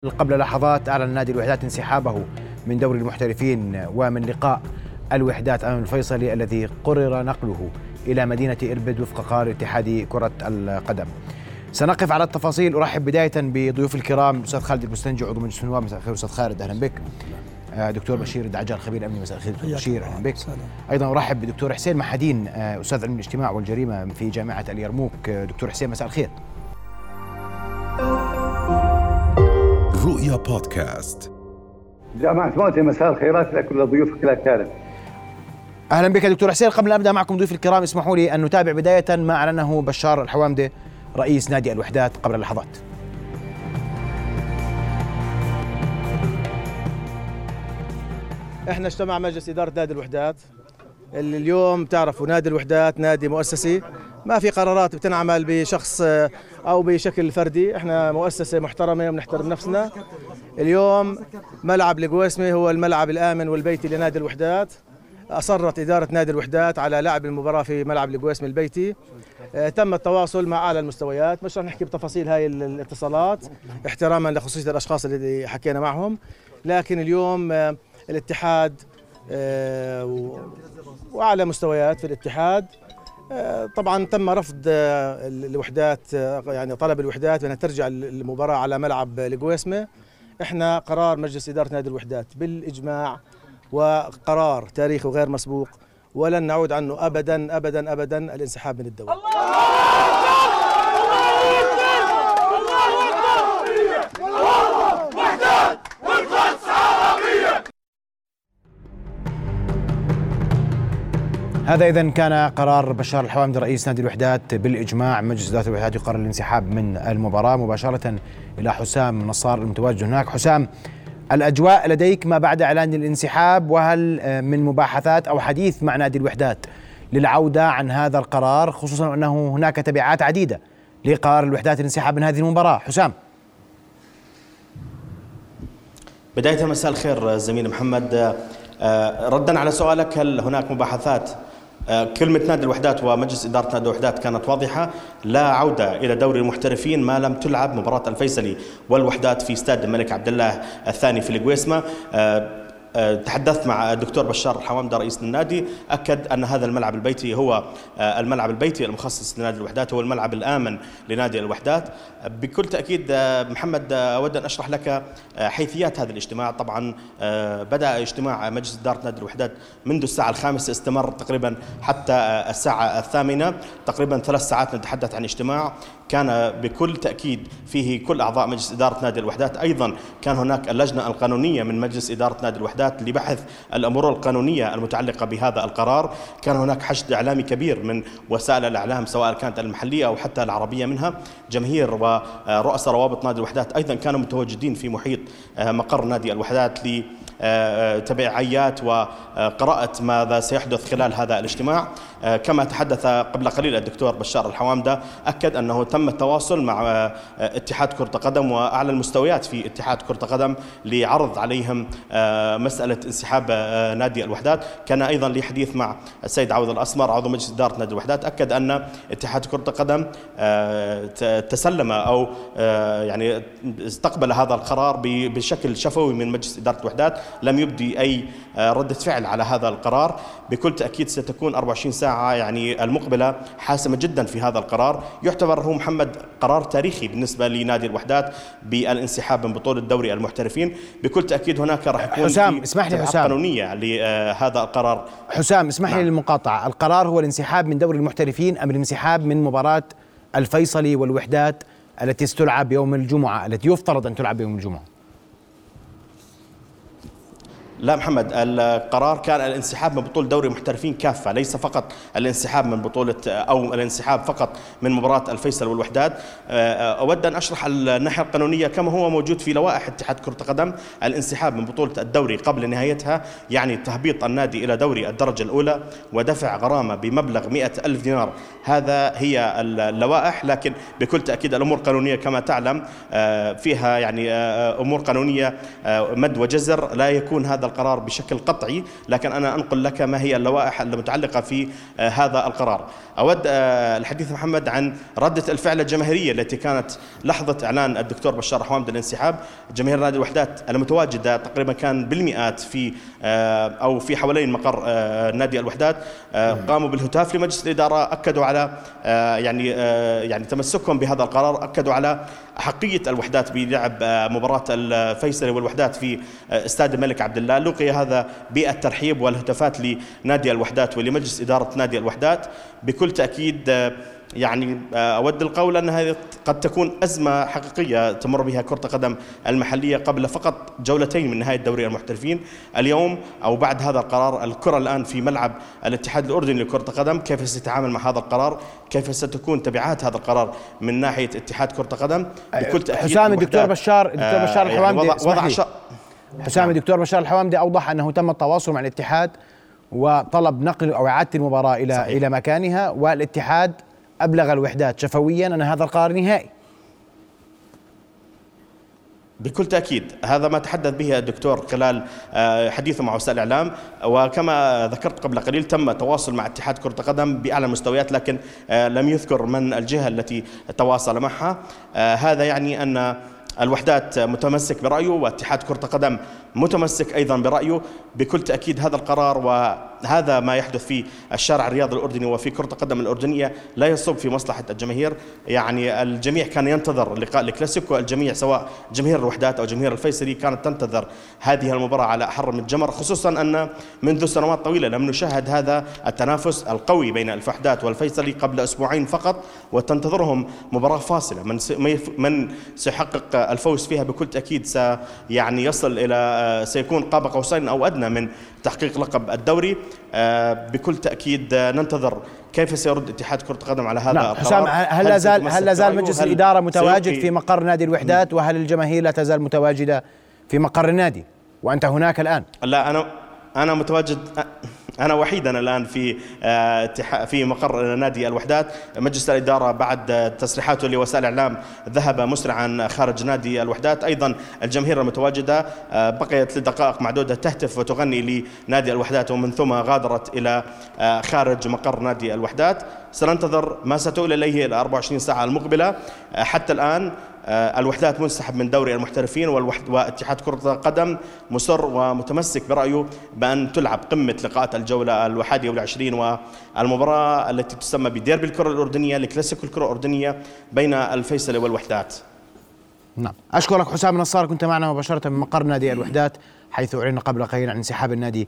قبل لحظات أعلن نادي الوحدات انسحابه من دوري المحترفين ومن لقاء الوحدات أمام الفيصلي الذي قرر نقله إلى مدينة إربد وفق قرار اتحاد كرة القدم. سنقف على التفاصيل. أرحب بداية بضيوف الكرام الأستاذ خالد البستنجي عضو مجلس النواب. مساء الخير أستاذ خالد، أهلا بك. دكتور بشير الدعجال خبير أمني. مساء الخير دكتور بشير، أهلا بك. أيضا أرحب بدكتور حسين محدين أستاذ علم الاجتماع والجريمة في جامعة اليرموك. دكتور حسين مساء الخير. رؤيا بودكاست. جامعة موتي، مساء الخيرات لكل ضيوفك الأكارم. أهلا بك دكتور حسين. قبل أن أبدأ معكم ضيوف الكرام اسمحوا لي أن نتابع بداية ما أعلنه بشار الحوامدة رئيس نادي الوحدات قبل لحظات. احنا اجتمع مجلس إدارة نادي الوحدات اللي اليوم تعرفوا نادي الوحدات نادي مؤسسي، ما في قرارات بتنعمل بشخص أو بشكل فردي. احنا مؤسسة محترمة وبنحترم نفسنا. اليوم ملعب القويسمة هو الملعب الآمن والبيتي لنادي الوحدات. أصرت إدارة نادي الوحدات على لعب المباراة في ملعب القويسمة البيتي. تم التواصل مع أعلى المستويات، مش رح نحكي بتفاصيل هاي الاتصالات احتراما لخصوصية الأشخاص اللي حكينا معهم، لكن اليوم الاتحاد وأعلى مستويات في الاتحاد طبعا تم رفض الوحدات، يعني طلب الوحدات بأنها ترجع المباراة على ملعب القويسمة. احنا قرار مجلس إدارة نادي الوحدات بالإجماع وقرار تاريخي وغير مسبوق، ولن نعود عنه أبدا أبدا أبدا الانسحاب من الدوري. هذا إذن كان قرار بشار الحوامدة رئيس نادي الوحدات بالإجماع. مجلس إدارة الوحدات يقرر الانسحاب من المباراة. مباشرة إلى حسام نصار المتواجد هناك. حسام، الأجواء لديك ما بعد إعلان الانسحاب، وهل من مباحثات أو حديث مع نادي الوحدات للعودة عن هذا القرار، خصوصا أنه هناك تبعات عديدة لقرار الوحدات الانسحاب من هذه المباراة؟ حسام. بداية مساء الخير زميل محمد. ردا على سؤالك، هل هناك مباحثات؟ كلمة نادي الوحدات ومجلس إدارة نادي الوحدات كانت واضحة: لا عودة إلى دوري المحترفين ما لم تلعب مباراة الفيصلي والوحدات في استاد الملك عبد الله الثاني في القويسمة. تحدثت مع الدكتور بشار الحوامدة رئيس النادي، أكد أن هذا الملعب البيتي هو الملعب البيتي المخصص لنادي الوحدات، هو الملعب الآمن لنادي الوحدات. بكل تأكيد محمد، أود أن أشرح لك حيثيات هذا الاجتماع. طبعا بدأ اجتماع مجلس إدارة نادي الوحدات منذ الساعة 5، استمر تقريبا حتى الساعة 8، تقريبا 3 ساعات نتحدث عن اجتماع كان بكل تأكيد فيه كل أعضاء مجلس إدارة نادي الوحدات. أيضا كان هناك اللجنة القانونية من مجلس إدارة نادي الوحدات لبحث الأمور القانونية المتعلقة بهذا القرار. كان هناك حشد إعلامي كبير من وسائل الإعلام سواء كانت المحلية أو حتى العربية منها. جماهير ورؤساء روابط نادي الوحدات أيضا كانوا متواجدين في محيط مقر نادي الوحدات لتبعيات وقراءة ماذا سيحدث خلال هذا الاجتماع. كما تحدث قبل قليل الدكتور بشار الحوامدة، أكد أنه تم التواصل مع اتحاد كرة قدم وأعلى المستويات في اتحاد كرة قدم لعرض عليهم مسألة انسحاب نادي الوحدات. كان أيضا لي حديث مع السيد عوض الأسمر عضو مجلس إدارة نادي الوحدات، أكد أن اتحاد كرة القدم تسلم أو يعني استقبل هذا القرار بشكل شفوي من مجلس إدارة الوحدات، لم يبدي أي ردة فعل على هذا القرار. بكل تأكيد ستكون 24 ساعة يعني المقبلة حاسمة جدا في هذا القرار. يعتبر هو محمد قرار تاريخي بالنسبة لنادي الوحدات بالانسحاب من بطولة دوري المحترفين. بكل تأكيد هناك راح يكون حسام، اسمح لي حسام، قانونية لهذا القرار. حسام اسمح لي للمقاطعة. القرار هو الانسحاب من دوري المحترفين أم الانسحاب من مباراة الفيصلي والوحدات التي ستلعب يوم الجمعة، التي يفترض أن تلعب يوم الجمعة؟ لا محمد، القرار كان الانسحاب من بطولة دوري المحترفين كافة، ليس فقط الانسحاب من بطولة أو الانسحاب فقط من مباراة الفيصل والوحدات. أود أن أشرح الناحية القانونية كما هو موجود في لوائح اتحاد كرة القدم. الانسحاب من بطولة الدوري قبل نهايتها يعني تهبيط النادي إلى دوري الدرجة الأولى ودفع غرامة بمبلغ 100,000 دينار. هذا هي اللوائح، لكن بكل تأكيد الأمور القانونية كما تعلم فيها يعني أمور قانونية مد وجزر. لا يكون هذا القرار بشكل قطعي، لكن أنا أنقل لك ما هي اللوائح المتعلقة في هذا القرار. أود الحديث محمد عن ردة الفعل الجماهيرية التي كانت لحظة إعلان الدكتور بشار حوامد الانسحاب. جماهير نادي الوحدات المتواجدة تقريبا كان بالمئات في أو في حوالين مقر نادي الوحدات قاموا بالهتاف لمجلس الإدارة، أكدوا على يعني تمسكهم بهذا القرار، أكدوا على حقية الوحدات بلعب مباراة الفيصلي والوحدات في استاد الملك عبد الله. لقي هذا بالترحيب والهتافات لنادي الوحدات ولمجلس إدارة نادي الوحدات. بكل تأكيد يعني أود القول أن هذه قد تكون أزمة حقيقية تمر بها كرة القدم المحلية قبل فقط جولتين من نهاية دوري المحترفين. اليوم أو بعد هذا القرار الكرة الآن في ملعب الاتحاد الأردني لكرة القدم، كيف سيتعامل مع هذا القرار؟ كيف ستكون تبعات هذا القرار من ناحية اتحاد كرة القدم؟ بكل تأكيد حسام الدكتور بشار الحوامدي حسام الدكتور بشار الحوامدي أوضح أنه تم التواصل مع الاتحاد وطلب نقل أو إعادة المباراة إلى مكانها، والاتحاد أبلغ الوحدات شفويا أن هذا القرار نهائي. بكل تأكيد هذا ما تحدث به الدكتور خلال حديثه مع وسائل الإعلام، وكما ذكرت قبل قليل تم التواصل مع اتحاد كرة القدم بأعلى المستويات، لكن لم يذكر من الجهة التي تواصل معها. هذا يعني أن الوحدات متمسك برأيه واتحاد كرة القدم متمسك أيضا برأيه. بكل تأكيد هذا القرار وهذا ما يحدث في الشارع الرياضي الأردني وفي كرة القدم الأردنية لا يصب في مصلحة الجماهير. يعني الجميع كان ينتظر لقاء الكلاسيكو، الجميع سواء جماهير الوحدات أو جماهير الفيصلي كانت تنتظر هذه المباراة على أحر من الجمر، خصوصا أن منذ سنوات طويلة لم نشاهد هذا التنافس القوي بين الوحدات والفيصلي قبل أسبوعين فقط، وتنتظرهم مباراة فاصلة. من سيحقق الفوز فيها بكل تأكيد يعني يصل إلى سيكون قاب قوسين أو أدنى من تحقيق لقب الدوري. بكل تأكيد ننتظر كيف سيرد اتحاد كرة القدم على هذا القرار. حسام، هل لا زال مجلس الإدارة متواجد في مقر نادي الوحدات، وهل الجماهير لا تزال متواجدة في مقر النادي وأنت هناك الآن؟ لا، أنا متواجد، أنا وحيدا الآن في مقر نادي الوحدات. مجلس الإدارة بعد تصريحاته لوسائل الإعلام ذهب مسرعا خارج نادي الوحدات. أيضا الجماهير المتواجدة بقيت لدقائق معدودة تهتف وتغني لنادي الوحدات، ومن ثم غادرت إلى خارج مقر نادي الوحدات. سننتظر ما ستؤول إليه ال 24 ساعة المقبلة. حتى الآن الوحدات منسحب من دوري المحترفين، واتحاد كرة القدم مصر ومتمسك برأيه بأن تلعب قمة لقاءات الجولة 21 والمباراة التي تسمى بديربي الكرة الأردنية لكلاسيكو الكرة الأردنية بين الفيصلي والوحدات. نعم، أشكرك حسام نصار، كنت معنا مباشرة من مقر نادي الوحدات، حيث أعلن قبل قليل عن انسحاب النادي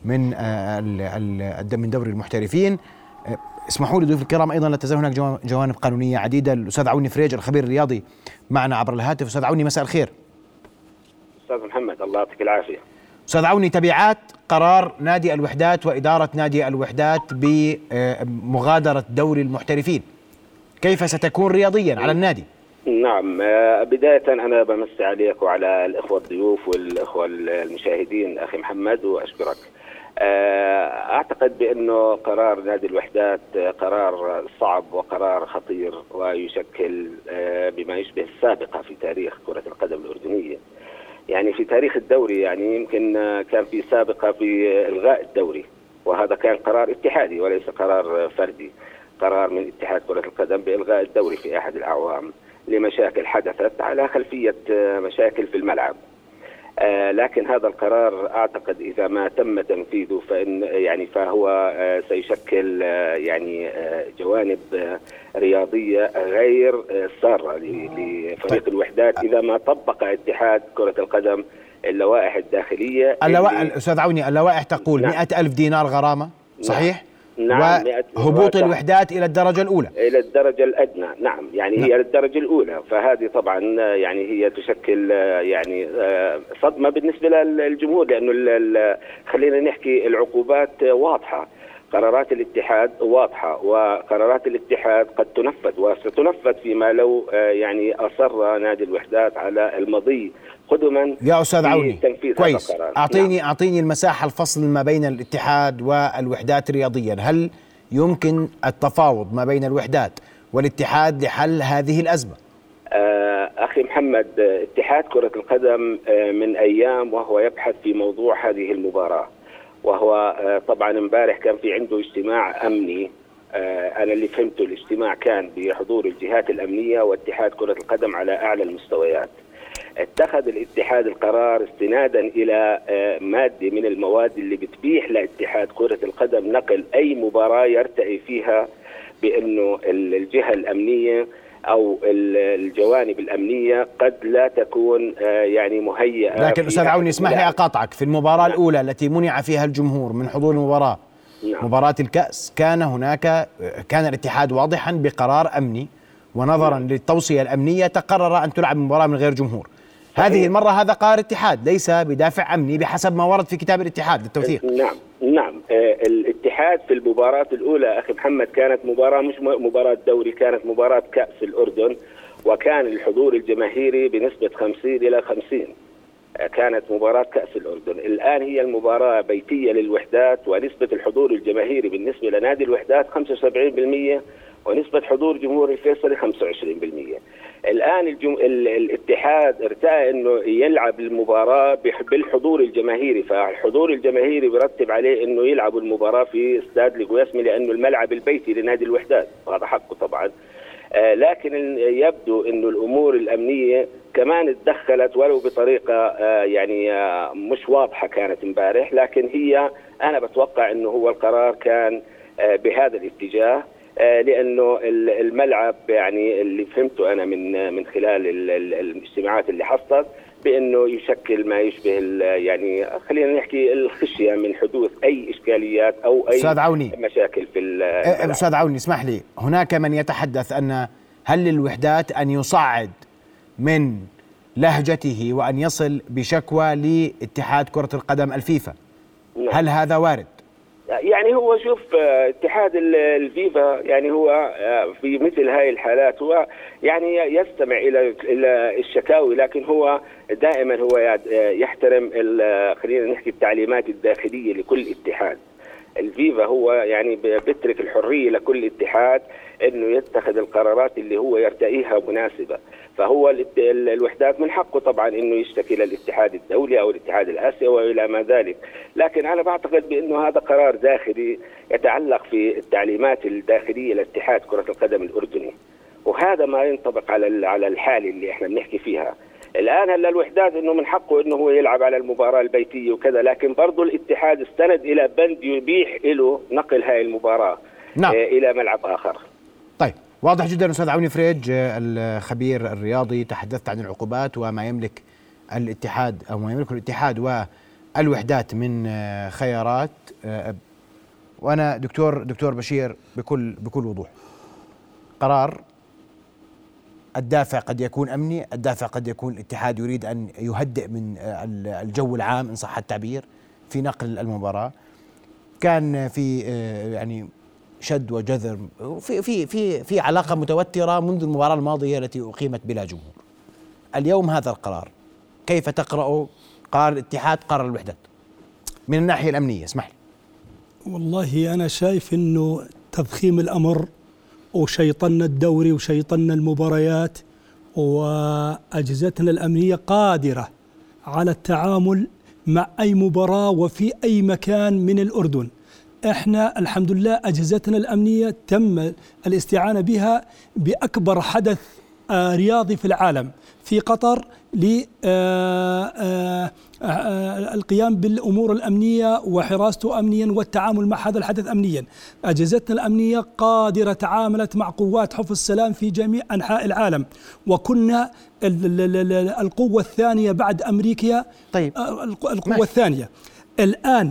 من دوري المحترفين. اسمحوا لي ضيوف الكرام أيضا لا تزال هناك جوانب قانونية عديدة. الأستاذ عوني فريج الخبير الرياضي معنا عبر الهاتف. أستاذ عوني، مساء الخير. أستاذ محمد، الله يعطيك العافية. أستاذ عوني، تبعات قرار نادي الوحدات وإدارة نادي الوحدات بمغادرة دوري المحترفين كيف ستكون رياضيا على النادي؟ نعم، بداية أنا بمسي عليك وعلى الإخوة الضيوف والإخوة المشاهدين أخي محمد وأشكرك. أعتقد بأنه قرار نادي الوحدات قرار صعب وقرار خطير، ويشكل بما يشبه السابقة في تاريخ كرة القدم الأردنية. يعني في تاريخ الدوري يعني يمكن كان في سابقة في إلغاء الدوري، وهذا كان قرار اتحادي وليس قرار فردي، قرار من اتحاد كرة القدم بإلغاء الدوري في أحد الأعوام لمشاكل حدثت على خلفية مشاكل في الملعب. لكن هذا القرار أعتقد إذا ما تم تنفيذه فهو سيشكل جوانب رياضية غير سارة لفريق الوحدات إذا ما طبق اتحاد كرة القدم اللوائح الداخلية. أستاذ عوني، اللوائح تقول 100,000 دينار غرامة، صحيح؟ نعم، وهبوط الوحدات إلى الدرجة الأولى، إلى الدرجة الأدنى. نعم، يعني هي للدرجة الأولى، فهذه طبعا يعني هي تشكل صدمة بالنسبة للجمهور، لأنه خلينا نحكي العقوبات واضحة، قرارات الاتحاد واضحة، وقرارات الاتحاد قد تنفذ وستنفذ فيما لو أصر نادي الوحدات على المضي قدما. يا أستاذ عوني، كويس، أعطيني المساحة الفصل ما بين الاتحاد والوحدات رياضيا. هل يمكن التفاوض ما بين الوحدات والاتحاد لحل هذه الأزمة؟ أخي أخي محمد، اتحاد كرة القدم من أيام وهو يبحث في موضوع هذه المباراة، وهو طبعا امبارح كان في عنده اجتماع أمني. أنا اللي فهمته الاجتماع كان بحضور الجهات الأمنية واتحاد كرة القدم على أعلى المستويات. اتخذ الاتحاد القرار استنادا إلى مادة من المواد اللي بتبيح لاتحاد كرة القدم نقل أي مباراة يرتئي فيها بأنه الجهة الأمنية أو الجوانب الأمنية قد لا تكون يعني مهيئة. لكن أستاذ عوني اسمح لي أقاطعك، في المباراة الأولى التي منع فيها الجمهور من حضور المباراة، مباراة الكأس، كان الاتحاد واضحا بقرار أمني، ونظرا للتوصية الأمنية تقرر أن تلعب مباراة من غير جمهور. هذه المرة هذا قرار اتحاد ليس بدافع أمني بحسب ما ورد في كتاب الاتحاد للتوثيق. نعم. الاتحاد في المباراة الأولى أخي محمد كانت مباراة مش مباراة دوري، كانت مباراة كأس الأردن، وكان الحضور الجماهيري بنسبة 50 إلى 50. كانت مباراة كأس الأردن. الآن هي المباراة بيتية للوحدات، ونسبة الحضور الجماهيري بالنسبة لنادي الوحدات 75%، ونسبة حضور جمهور الفيصلي 25%. الآن الاتحاد ارتأى أنه يلعب المباراة بالحضور الجماهيري، فالحضور الجماهيري بيرتب عليه أنه يلعب المباراة في استاد لقويسمي لأنه الملعب البيتي لنادي الوحدات، وهذا حقه طبعا. لكن يبدو أنه الأمور الأمنية كمان اتدخلت ولو بطريقة يعني مش واضحة كانت امبارح، لكن أنا بتوقع أنه هو القرار كان بهذا الاتجاه، لأنه الملعب يعني اللي فهمته أنا من خلال الاجتماعات اللي حصلت بأنه يشكل ما يشبه يعني خلينا نحكي الخشية من حدوث أي إشكاليات أو أي مشاكل في الملعب. أستاذ عوني اسمح لي، هناك من يتحدث أن هل للوحدات أن يصعد من لهجته وأن يصل بشكوى لاتحاد كرة القدم الفيفا؟ هل هذا وارد؟ يعني هو شوف، اتحاد الفيفا يعني هو في مثل هاي الحالات هو يعني يستمع الى الشكاوي، لكن هو دائما هو يحترم خلينا نحكي التعليمات الداخليه لكل اتحاد. الفيفا هو يعني بيترك الحريه لكل اتحاد انه يتخذ القرارات اللي هو يرتئيها مناسبه، فهو الوحدات من حقه طبعا انه يشتكي للاتحاد الدولي او الاتحاد الاسيوي والى ما ذلك، لكن انا بعتقد بانه هذا قرار داخلي يتعلق في التعليمات الداخليه لاتحاد كره القدم الاردني، وهذا ما ينطبق على الحاله اللي احنا بنحكي فيها الان. هلا الوحدات انه من حقه انه هو يلعب على المباراه البيتيه وكذا، لكن برضه الاتحاد استند الى بند يبيح له نقل هاي المباراه الى ملعب اخر. طيب، واضح جدا أستاذ عوني فريج الخبير الرياضي، تحدثت عن العقوبات وما يملك الاتحاد أو ما يملكه الاتحاد والوحدات من خيارات. وأنا دكتور بشير بكل وضوح، قرار الدافع قد يكون أمني، الدافع قد يكون الاتحاد يريد أن يهدئ من الجو العام إن صح التعبير في نقل المباراة. كان في يعني شد وجذر في علاقة متوترة منذ المباراة الماضية التي أقيمت بلا جمهور. اليوم هذا القرار كيف تقرأ قرار الاتحاد قرار الوحدات من الناحية الأمنية؟ اسمح لي. والله أنا شايف أنه تضخيم الأمر وشيطنا الدوري وشيطنا المباريات، وأجهزتنا الأمنية قادرة على التعامل مع أي مباراة وفي أي مكان من الأردن. احنا الحمد لله أجهزتنا الأمنية تم الاستعانة بها بأكبر حدث رياضي في العالم في قطر للقيام بالأمور الأمنية وحراسته أمنيا والتعامل مع هذا الحدث أمنيا. أجهزتنا الأمنية قادرة تعاملت مع قوات حفظ السلام في جميع أنحاء العالم، وكنا القوة الثانية بعد أمريكا. طيب، القوة الثانية. الآن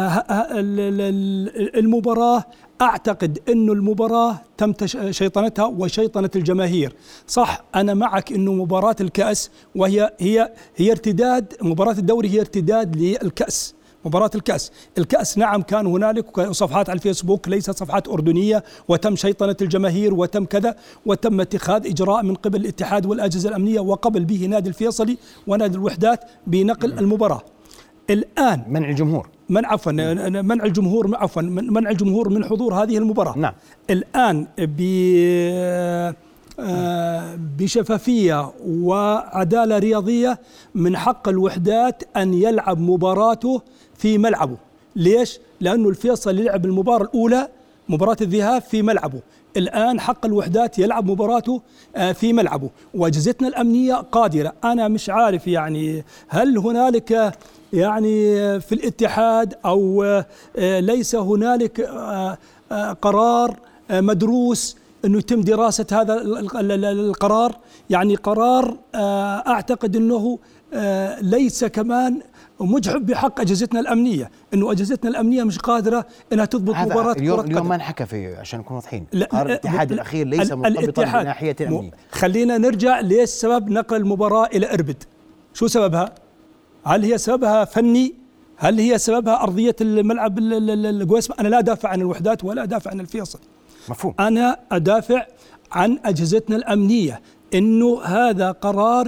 المباراة أعتقد أنه المباراة تم شيطنتها وشيطنة الجماهير. صح، أنا معك أنه مباراة الكأس هي ارتداد، مباراة الدوري هي ارتداد للكأس، مباراة الكأس نعم كان هنالك صفحات على الفيسبوك ليست صفحات أردنية، وتم شيطنة الجماهير وتم كذا، وتم اتخاذ إجراء من قبل الاتحاد والأجهزة الأمنية وقبل به نادي الفيصلي ونادي الوحدات بنقل المباراة. الآن منع الجمهور، منع الجمهور من حضور هذه المباراة. نعم. الآن بشفافية وعدالة رياضية من حق الوحدات أن يلعب مباراته في ملعبه. ليش؟ لأنه الفيصل يلعب المباراة الأولى مباراة الذهاب في ملعبه، الآن حق الوحدات يلعب مباراته في ملعبه، وأجهزتنا الأمنية قادرة. أنا مش عارف يعني هل هنالك يعني في الاتحاد أو ليس هنالك قرار مدروس أنه يتم دراسة هذا القرار. يعني قرار أعتقد أنه ليس كمان مجحف بحق أجهزتنا الأمنية، أنه أجهزتنا الأمنية مش قادرة أنها تضبط مباراة كرة قدم. اليوم ما انحكى فيه عشان نكون واضحين، قرار الاتحاد الأخير ليس مرتبطا بناحية أمنية. خلينا نرجع ليش سبب نقل المباراة إلى إربد. شو سببها؟ هل هي سببها فني؟ هل هي سببها أرضية الملعب القويسمة؟ أنا لا أدافع عن الوحدات ولا أدافع عن الفيصل، مفهوم. أنا أدافع عن أجهزتنا الأمنية، إنه هذا قرار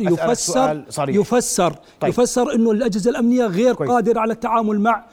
يفسر إنه الأجهزة الأمنية غير قادرة على التعامل مع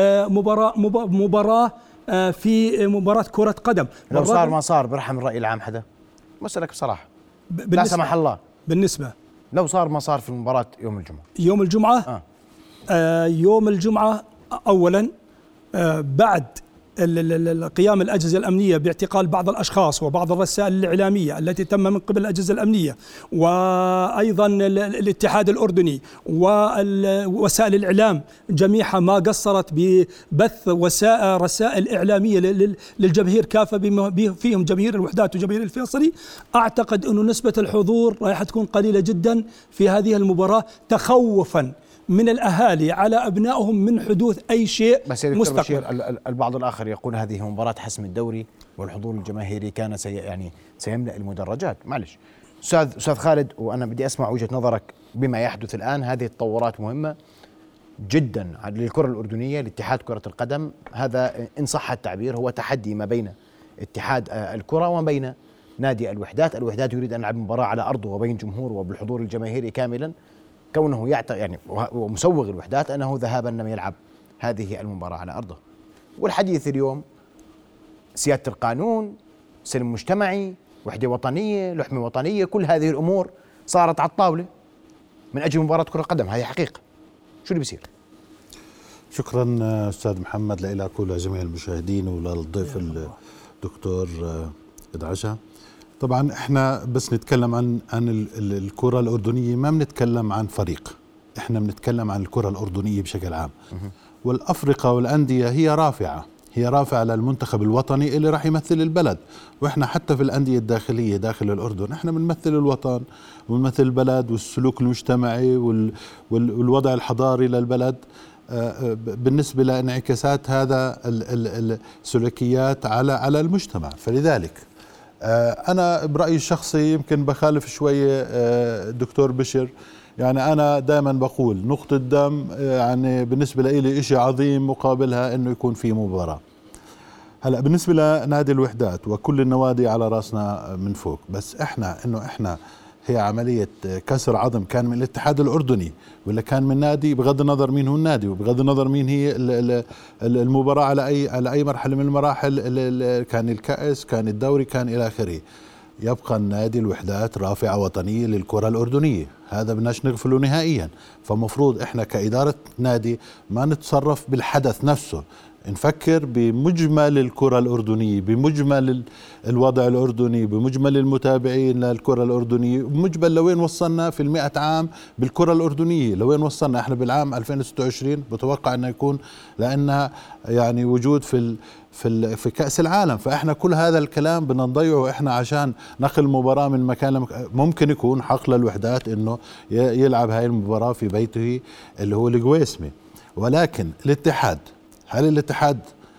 مباراة في مباراة كرة قدم. لو صار ما صار برحم الرأي العام حدا؟ مسألك بصراحة لا سمح الله. بالنسبة لو صار ما صار في المباراة يوم الجمعة يوم الجمعة أولا بعد قيام الأجهزة الأمنية باعتقال بعض الأشخاص وبعض الرسائل الإعلامية التي تم من قبل الأجهزة الأمنية، وأيضا الاتحاد الأردني ووسائل الإعلام جميعها ما قصرت ببث رسائل إعلامية للجماهير كافة بما فيهم جماهير الوحدات وجماهير الفيصلي. أعتقد أنه نسبة الحضور راح تكون قليلة جدا في هذه المباراة، تخوفا من الأهالي على أبنائهم من حدوث أي شيء مستقبل. البعض الآخر يقول هذه مباراة حسم الدوري والحضور الجماهيري كان سيملأ المدرجات. معلش أستاذ خالد، وأنا بدي أسمع وجهة نظرك بما يحدث الآن. هذه التطورات مهمة جدا للكرة الأردنية، لاتحاد كرة القدم. هذا إن صح التعبير هو تحدي ما بين اتحاد الكرة وما بين نادي الوحدات. الوحدات يريد أن يلعب مباراة على أرضه وبين جمهور وبالحضور الجماهيري كاملا، كونه يعني ومسوغ الوحدات أنه ذهابا لم يلعب هذه المباراة على أرضه. والحديث اليوم سيادة القانون، سلم مجتمعي، وحدة وطنية، لحمة وطنية، كل هذه الأمور صارت على الطاولة من أجل مباراة كرة القدم. هذه حقيقة. شو اللي بيصير؟ شكرا أستاذ محمد لك ولجميع المشاهدين وللضيف الدكتور إدعشة. طبعا احنا بس نتكلم عن الكرة الأردنية، ما بنتكلم عن فريق، احنا بنتكلم عن الكرة الأردنية بشكل عام. والأفرقة والأندية هي رافعة للمنتخب الوطني اللي راح يمثل البلد. واحنا حتى في الأندية الداخلية داخل الأردن احنا بنمثل الوطن ونمثل البلد والسلوك المجتمعي والوضع الحضاري للبلد بالنسبة لانعكاسات هذا السلوكيات على المجتمع. فلذلك أنا برأيي الشخصي يمكن بخالف شوية دكتور بشر. يعني أنا دائما بقول نقطة دم يعني بالنسبة لي إشي عظيم مقابلها إنه يكون في مباراة. هلأ بالنسبة لنادي الوحدات وكل النوادي على رأسنا من فوق، بس إحنا هي عملية كسر عظم كان من الاتحاد الأردني ولا كان من نادي، بغض النظر مين هو النادي وبغض النظر مين هي المباراة على أي مرحلة من المراحل، كان الكأس كان الدوري كان إلى آخره، يبقى النادي الوحدات رافعة وطنية للكرة الأردنية. هذا بدناش نغفله نهائيا. فمفروض إحنا كإدارة نادي ما نتصرف بالحدث نفسه، نفكر بمجمل الكرة الأردنية، بمجمل الوضع الأردني، بمجمل المتابعين للكرة الأردنية، بمجمل لوين وصلنا في 100 عام بالكرة الأردنية، لوين وصلنا. احنا بالعام 2026 بتوقع أن يكون لأنها يعني وجود في كأس العالم. فإحنا كل هذا الكلام بدنا نضيعه إحنا عشان نقل مباراة من مكان ممكن يكون حق للوحدات إنه يلعب هاي المباراة في بيته اللي هو القويسمة. ولكن الاتحاد، هل الاتحاد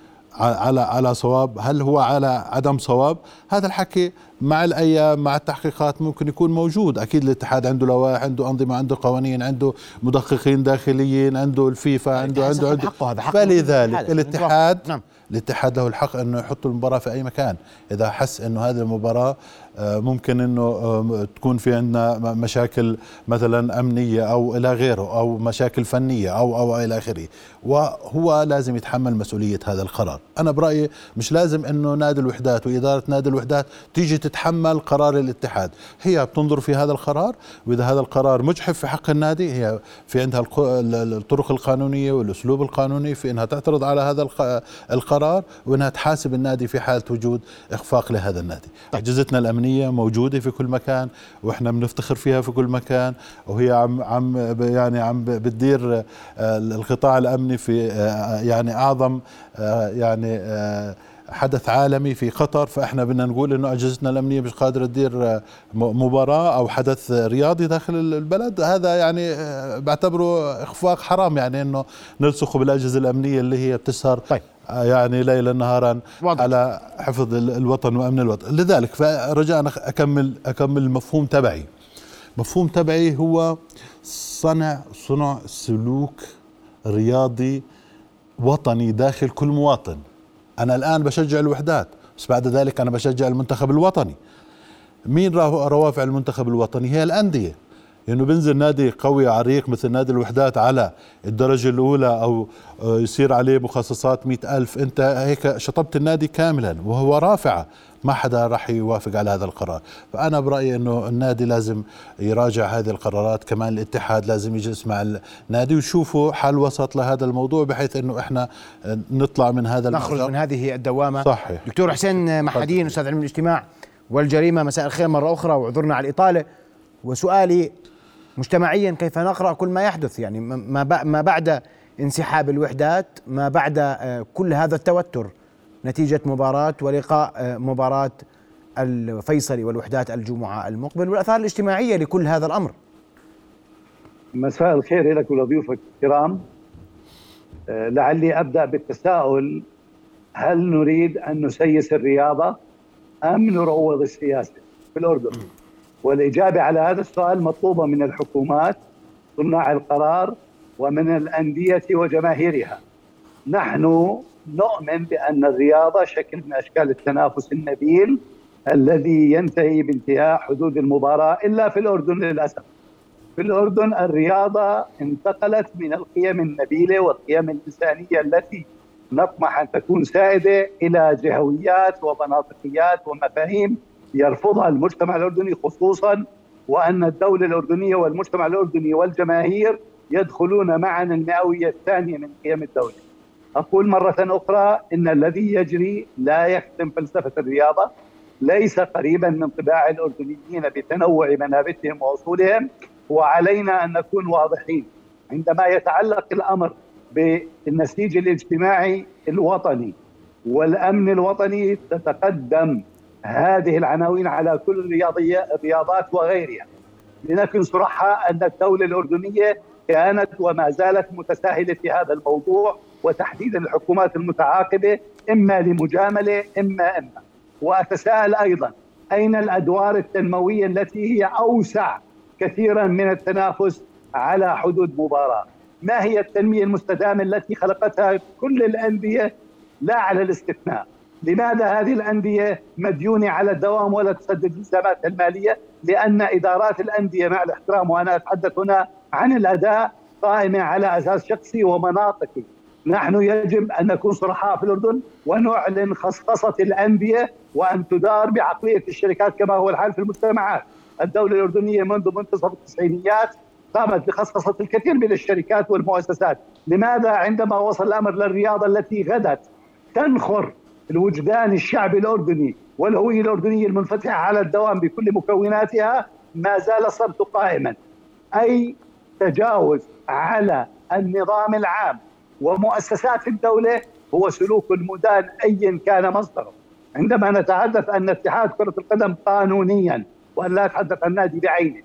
على صواب؟ هل هو على عدم صواب؟ هذا الحكي مع الأيام مع التحقيقات ممكن يكون موجود. أكيد الاتحاد عنده لوائح، عنده أنظمة، عنده قوانين، عنده مدققين داخليين، عنده الفيفا، عنده فلذلك الاتحاد له الحق أنه يحط المباراة في أي مكان إذا حس أنه هذه المباراة ممكن أنه تكون في عندنا مشاكل مثلا أمنية أو إلى غيره أو مشاكل فنية أو إلى آخره، وهو لازم يتحمل مسؤولية هذا القرار. أنا برأيي مش لازم أنه نادي الوحدات وإدارة نادي الوحدات تيجي تتحمل قرار الاتحاد. هي بتنظر في هذا القرار، وإذا هذا القرار مجحف في حق النادي هي في عندها الطرق القانونية والأسلوب القانوني في أنها تعترض على هذا القرار، وأنها تحاسب النادي في حالة وجود إخفاق لهذا النادي. أجهزتنا الأمنية موجودة في كل مكان، وإحنا بنفتخر فيها في كل مكان، وهي عم بتدير القطاع الأمني في يعني أعظم يعني حدث عالمي في قطر. فإحنا بدنا نقول إنه أجهزتنا الأمنية مش قادرة تدير مباراة أو حدث رياضي داخل البلد. هذا يعني بعتبره إخفاق حرام، يعني إنه نلصق بالأجهزة الأمنية اللي هي بتسهر يعني ليلا نهارا على حفظ الوطن وأمن الوطن. لذلك فرجاء أكمل المفهوم تبعي. مفهوم تبعي هو صنع سلوك رياضي وطني داخل كل مواطن. أنا الآن بشجع الوحدات، بس بعد ذلك أنا بشجع المنتخب الوطني. مين روافع المنتخب الوطني؟ هي الأندية. إنه بنزل نادي قوي عريق مثل نادي الوحدات على الدرجة الأولى أو يصير عليه مخصصات 100,000، أنت هيك شطبت النادي كاملا وهو رافعة. ما حدا راح يوافق على هذا القرار. فأنا برأيي أنه النادي لازم يراجع هذه القرارات، كمان الاتحاد لازم يجلس مع النادي ويشوفوا حل وسط لهذا الموضوع، بحيث أنه إحنا نطلع من هذا نخرج من هذه الدوامة. صحيح. دكتور حسين محدين، أستاذ علم الاجتماع والجريمة، مساء الخير مرة أخرى واعذرنا على الإطالة. وسؤالي مجتمعيا، كيف نقرأ كل ما يحدث؟ يعني ما بعد انسحاب الوحدات، ما بعد كل هذا التوتر نتيجة مباراة ولقاء مباراة الفيصلي والوحدات الجمعة المقبل، والآثار الاجتماعية لكل هذا الأمر. مساء الخير لك ولضيوفك الكرام. لعلي أبدأ بالتساؤل: هل نريد أن نسيس الرياضة أم نروض السياسة في الأردن؟ والإجابة على هذا السؤال مطلوبة من الحكومات صناع القرار ومن الأندية وجماهيرها. نحن نؤمن بأن الرياضة شكل من أشكال التنافس النبيل الذي ينتهي بانتهاء حدود المباراة، إلا في الأردن للأسف. في الأردن الرياضة انتقلت من القيم النبيلة والقيم الإنسانية التي نطمح أن تكون سائدة إلى جهويات ومناطقيات ومفاهيم يرفضها المجتمع الأردني خصوصا، وأن الدولة الأردنية والمجتمع الأردني والجماهير يدخلون معا المئوية الثانية من قيم الدولة. أقول مرة أخرى إن الذي يجري لا يخدم فلسفة الرياضة، ليس قريبا من طباع الأردنيين بتنوع منابتهم وأصولهم، وعلينا أن نكون واضحين. عندما يتعلق الأمر بالنسيج الاجتماعي الوطني والأمن الوطني تتقدم هذه العناوين على كل الرياضات وغيرها. لنكن صراحة أن الدولة الأردنية كانت وما زالت متساهلة في هذا الموضوع، وتحديدا الحكومات المتعاقبة إما لمجاملة إما. وأتساءل أيضا: أين الأدوار التنموية التي هي أوسع كثيرا من التنافس على حدود مباراة؟ ما هي التنمية المستدامة التي خلقتها كل الأندية لا على الاستثناء؟ لماذا هذه الأندية مديونة على الدوام ولا تسدد التزاماتها المالية؟ لأن إدارات الأندية مع الاحترام، وأنا أتحدث هنا عن الأداء، قائمة على أساس شخصي ومناطقي. نحن يجب أن نكون صرحاء في الأردن ونعلن خصخصة الأندية وأن تدار بعقلية الشركات كما هو الحال في المجتمعات. الدولة الأردنية منذ منتصف التسعينيات قامت بخصخصة الكثير من الشركات والمؤسسات. لماذا عندما وصل الأمر للرياضة التي غدت تنخر الوجدان الشعبي الأردني والهوية الأردنية المنفتحة على الدوام بكل مكوناتها، ما زال الصمت قائما؟ أي تجاوز على النظام العام ومؤسسات الدولة هو سلوك مدان أيا كان مصدره. عندما نتحدث أن اتحاد كرة القدم قانونيا، وأن لا أتحدث عن نادي بعينه،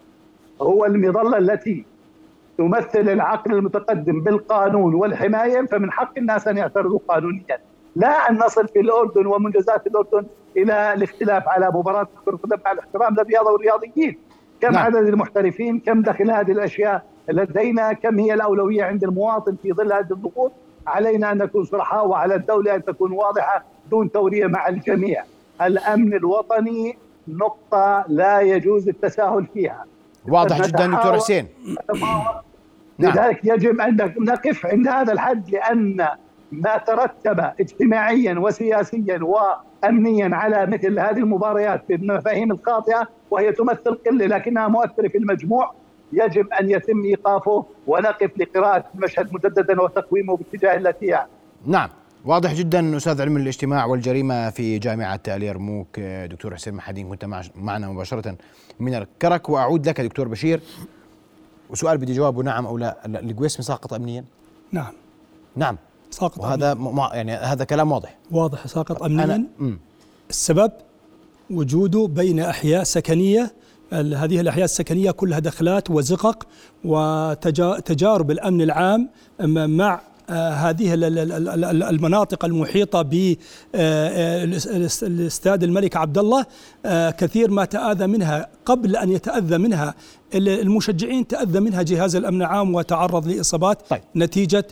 هو المظلة التي تمثل العقل المتقدم بالقانون والحماية، فمن حق الناس أن يعترضوا قانونيا، لا أن نصل في الأردن ومنجزات الأردن إلى الاختلاف على مباراة كرة القدم مع الاحترام للرياضة والرياضيين. كم عدد المحترفين؟ كم دخل هذه الأشياء لدينا؟ كم هي الأولوية عند المواطن في ظل هذه الضغوط؟ علينا أن نكون صرحاء، وعلى الدولة أن تكون واضحة دون تورية مع الجميع. الأمن الوطني نقطة لا يجوز التساهل فيها. واضح جدا دكتور حسين. لذلك يجب أن نقف عند هذا الحد، لأن ما ترتب اجتماعيا وسياسيا أمنيا على مثل هذه المباريات بالمفاهيم الخاطئة، وهي تمثل قلة لكنها مؤثرة في المجموع، يجب أن يتم إيقافه ونقف لقراءة المشهد مجددا وتقويمه باتجاه التي يعني. نعم، واضح جدا. أستاذ علم الاجتماع والجريمة في جامعة اليرموك دكتور حسين محدين، كنت معنا مباشرة من الكرك. وأعود لك دكتور بشير، وسؤال بدي جوابه نعم أو لا. القويسمي ساقط أمنيا؟ نعم ساقط، وهذا يعني هذا كلام واضح ساقط أمنيا. السبب وجوده بين أحياء سكنية، هذه الأحياء السكنية كلها دخلات وزقق وتجارب الأمن العام مع هذه المناطق المحيطة بالاستاد الملك عبد الله كثير ما تآذى منها. قبل أن يتأذى منها المشجعين تأذى منها جهاز الأمن العام وتعرض لإصابات نتيجة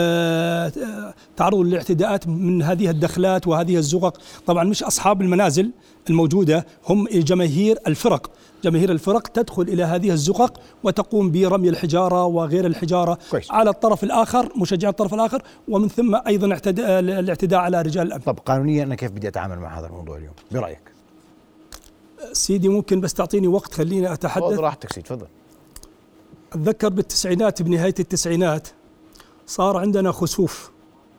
تعرض للاعتداءات من هذه الدخلات وهذه الزقق. طبعا مش أصحاب المنازل الموجودة، هم جماهير الفرق. جماهير الفرق تدخل إلى هذه الزقق وتقوم برمي الحجارة وغير الحجارة على الطرف الآخر، مشجع الطرف الآخر، ومن ثم أيضا الاعتداء على رجال الأمن. طب قانونيا أنا كيف بدي أتعامل مع هذا الموضوع اليوم برأيك؟ سيدي ممكن بس تعطيني وقت خليني أتحدث. خذ راحتك سيدي، تفضل. أتذكر بالتسعينات، بنهاية التسعينات صار عندنا خسوف،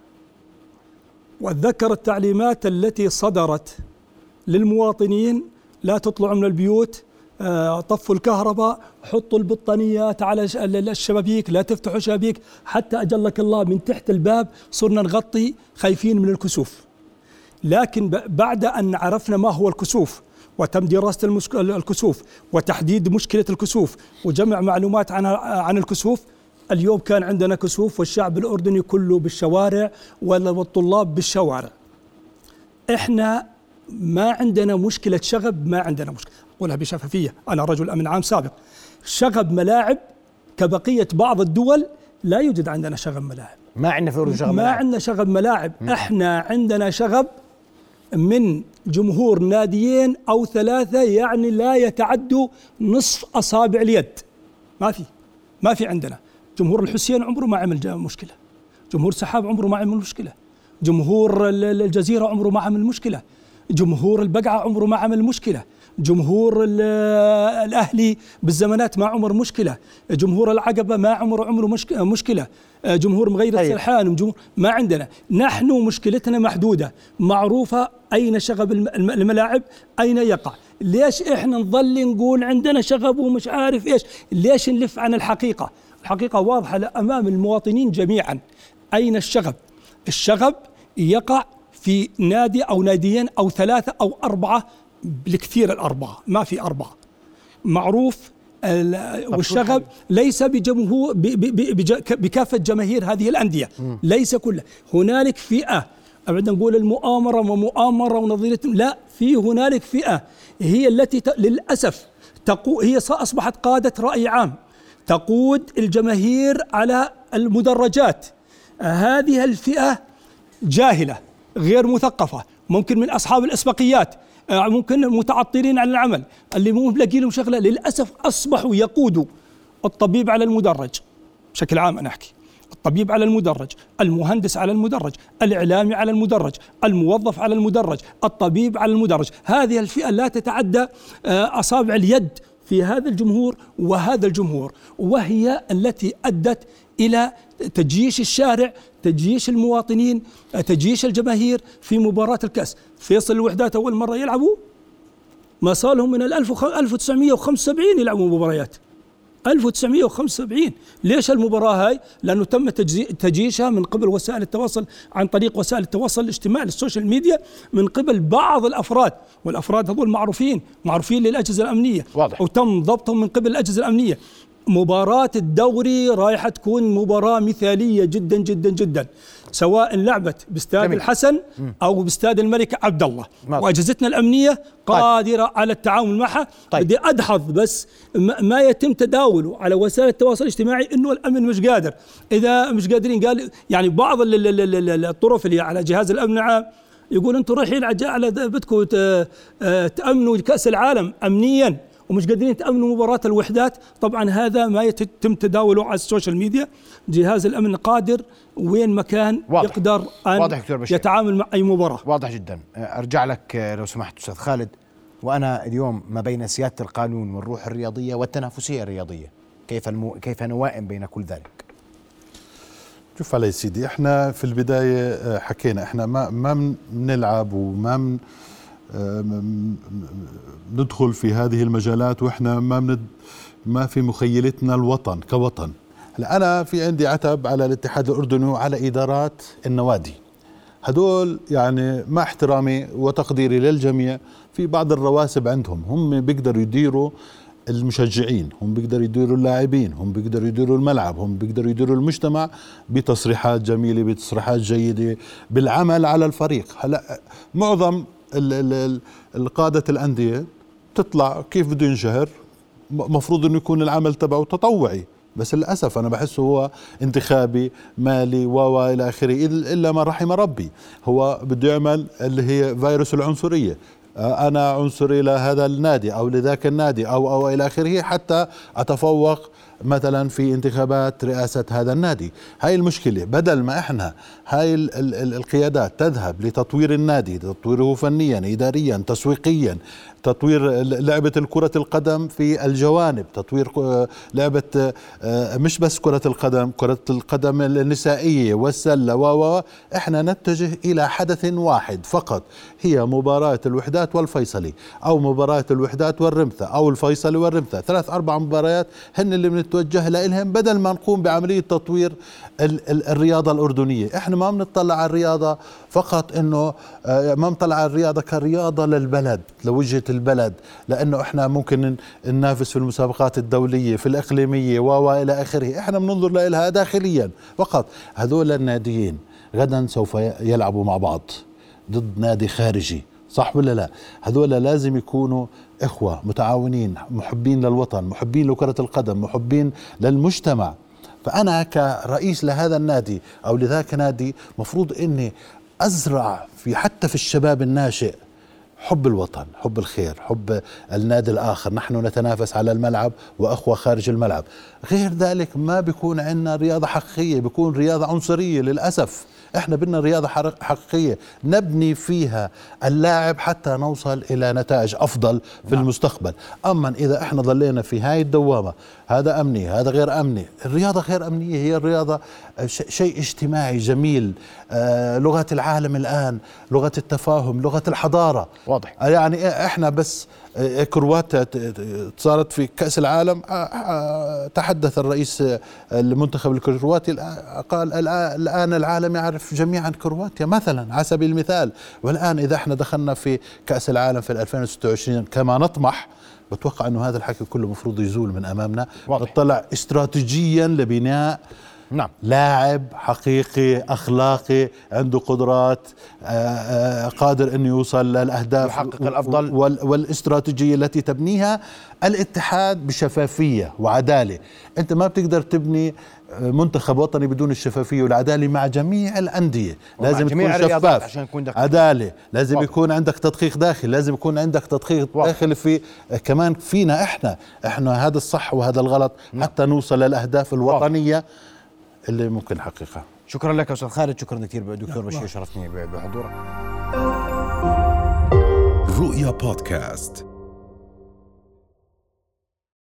وأتذكر التعليمات التي صدرت للمواطنين: لا تطلعوا من البيوت، طفوا الكهرباء، حطوا البطانيات على الشبابيك، لا تفتحوا شبابيك، حتى أجلك الله من تحت الباب صرنا نغطي خايفين من الكسوف. لكن بعد أن عرفنا ما هو الكسوف وتم دراسة الكسوف وتحديد مشكلة الكسوف وجمع معلومات عن الكسوف، اليوم كان عندنا كسوف والشعب الأردني كله بالشوارع والطلاب بالشوارع. إحنا ما عندنا مشكلة شغب، ما عندنا مشكلة، أقولها بشفافية، أنا رجل أمن عام سابق. شغب ملاعب كبقية بعض الدول لا يوجد عندنا شغب ملاعب. ما عندنا في الأردن شغب ملاعب، ما عندنا شغب ملاعب. إحنا عندنا شغب من جمهور ناديين أو ثلاثة، يعني لا يتعدوا نصف أصابع اليد. ما في عندنا. جمهور الحسين عمره ما عمل مشكلة، جمهور سحاب عمره ما عمل مشكلة، جمهور الجزيرة عمره ما عمل مشكلة، جمهور البقعة عمره ما عمل مشكلة، جمهور الأهلي بالزمانات ما عمر مشكلة، جمهور العقبة ما عمره مشكلة، جمهور مغير السرحان، ما عندنا. نحن مشكلتنا محدودة، معروفة أين شغب الملاعب، أين يقع. ليش إحنا نظل نقول عندنا شغب ومش عارف إيش؟ ليش نلف عن الحقيقة؟ الحقيقة واضحة أمام المواطنين جميعا. أين الشغب؟ الشغب يقع في نادي أو ناديين أو ثلاثة أو أربعة، بالكثير الأربعة، ما في أربعة معروف. والشغب ليس بجمهور بكافة جماهير هذه الأندية، ليس كلها. هنالك فئة، أبدا نقول المؤامرة ومؤامرة ونظيرة، لا، في هنالك فئة هي التي للأسف هي أصبحت قادة رأي عام، تقود الجماهير على المدرجات. هذه الفئة جاهلة غير مثقفة، ممكن من أصحاب الأسبقيات، ممكن متعطلين عن العمل، اللي مو ملاقي لهم شغلة. للأسف أصبحوا يقودوا الطبيب على المدرج بشكل عام، أنا أحكي الطبيب على المدرج، المهندس على المدرج، الإعلامي على المدرج، الموظف على المدرج، الطبيب على المدرج. هذه الفئة لا تتعدى أصابع اليد في هذا الجمهور وهذا الجمهور، وهي التي أدت إلى تجيش الشارع، تجيش المواطنين، تجيش الجماهير في مباراة الكأس. فيصل الوحدات أول مرة يلعبوا ما صالهم من 1975 يلعبوا مباريات، 1975. ليش المباراة هاي؟ لأنه تم تجيشها من قبل وسائل التواصل، عن طريق وسائل التواصل الاجتماعي، السوشيال ميديا، من قبل بعض الأفراد، والأفراد هذول معروفين للأجهزة الأمنية، واضح، وتم ضبطهم من قبل الأجهزة الأمنية. مباراة الدوري رايحة تكون مباراة مثالية جدا جدا جدا، سواء لعبت باستاد الحسن أو باستاد الملك عبد الله، وأجهزتنا الأمنية قادرة على التعامل معها. بدي أدحض بس ما يتم تداوله على وسائل التواصل الاجتماعي إنه الأمن مش قادر. إذا مش قادرين، قال يعني بعض الطرف اللي على جهاز الأمن العام يقول أنتم رايحين على بدكم تأمنوا كأس العالم أمنيا ومش قادرين تأمنوا مباراة الوحدات. طبعا هذا ما يتم تداوله على السوشيال ميديا. جهاز الأمن قادر وين ما كان يقدر أن يتعامل مع أي مباراة. واضح جدا. أرجع لك لو سمحت أستاذ خالد، وأنا اليوم ما بين سيادة القانون والروح الرياضية والتنافسية الرياضية، كيف نوائم بين كل ذلك؟ شوف علي سيدي، احنا في البداية حكينا احنا ما بنلعب وما ندخل في هذه المجالات، واحنا ما في مخيلتنا الوطن كوطن. هلا انا في عندي عتب على الاتحاد الاردني وعلى ادارات النوادي، هدول يعني مع احترامي وتقديري للجميع في بعض الرواسب عندهم، هم بيقدروا يديروا المشجعين، هم بيقدروا يديروا اللاعبين، هم بيقدروا يديروا الملعب، هم بيقدروا يديروا المجتمع بتصريحات جميلة، بتصريحات جيدة، بالعمل على الفريق. هلا معظم القادة الأندية تطلع كيف بده ينشهر، مفروض انه يكون العمل تبعه تطوعي، بس للأسف أنا بحسه هو انتخابي مالي إلى آخره، إلا ما رحم ربي. هو بده يعمل اللي هي فيروس العنصرية، أنا عنصري لهذا النادي أو لذاك النادي أو إلى آخره، حتى أتفوق مثلا في انتخابات رئاسة هذا النادي. هاي المشكلة. بدل ما احنا هاي القيادات تذهب لتطوير النادي، تطويره فنيا إداريا تسويقيا، تطوير لعبة كرة القدم في الجوانب، تطوير لعبة مش بس كرة القدم، كرة القدم النسائية والسلة احنا نتجه إلى حدث واحد فقط، هي مباراة الوحدات والفيصلي، أو مباراة الوحدات والرمثة، أو الفيصلي والرمثة. 3-4 مباريات هن اللي بنتوجه لهم، بدل ما نقوم بعملية تطوير الرياضة الأردنية. احنا ما بنطلع على الرياضة فقط انه ما بنطلع على الرياضة كرياضة للبلد، لوجهة البلد، لانه احنا ممكن ننافس في المسابقات الدولية في الإقليمية والى آخره. احنا بننظر لها داخليا فقط. هذول الناديين غدا سوف يلعبوا مع بعض ضد نادي خارجي، صح ولا لا؟ هذول لازم يكونوا إخوة متعاونين، محبين للوطن، محبين لكرة القدم، محبين للمجتمع. فأنا كرئيس لهذا النادي أو لذاك نادي مفروض إني أزرع حتى في الشباب الناشئ حب الوطن، حب الخير، حب النادي الآخر. نحن نتنافس على الملعب وأخوة خارج الملعب. غير ذلك ما بيكون عندنا رياضة حقيقية، بيكون رياضة عنصرية للأسف. احنا بدنا رياضة حقيقية نبني فيها اللاعب حتى نوصل إلى نتائج أفضل في المستقبل. أما إذا احنا ظلينا في هاي الدوامة، هذا أمني هذا غير أمني، الرياضة غير أمنية، هي الرياضة شيء اجتماعي جميل. لغة العالم الآن لغة التفاهم، لغة الحضارة. واضح. يعني احنا بس كرواتيا صارت في كأس العالم، تحدث الرئيس المنتخب الكرواتي قال الآن العالم يعرف جميعا كرواتيا مثلا على سبيل المثال. والآن إذا احنا دخلنا في كأس العالم في 2026 كما نطمح، بتوقع أنه هذا الحكي كله مفروض يزول من أمامنا. نطلع استراتيجيا لبناء لاعب حقيقي أخلاقي عنده قدرات، قادر أن يوصل للأهداف، يحقق الأفضل. والاستراتيجية التي تبنيها الاتحاد بشفافية وعدالة. أنت ما بتقدر تبني منتخب وطني بدون الشفافية والعدالة مع جميع الأندية. لازم تكون شفاف، عدالة، لازم يكون عندك تدقيق داخلي، لازم يكون عندك تدقيق داخلي في كمان فينا احنا هذا الصح وهذا الغلط حتى نوصل للأهداف الوطنية اللي ممكن نحققها. شكرا لك أستاذ خالد، شكرا كثير دكتور بشير، شرفتني بحضورك. رؤيا بودكاست.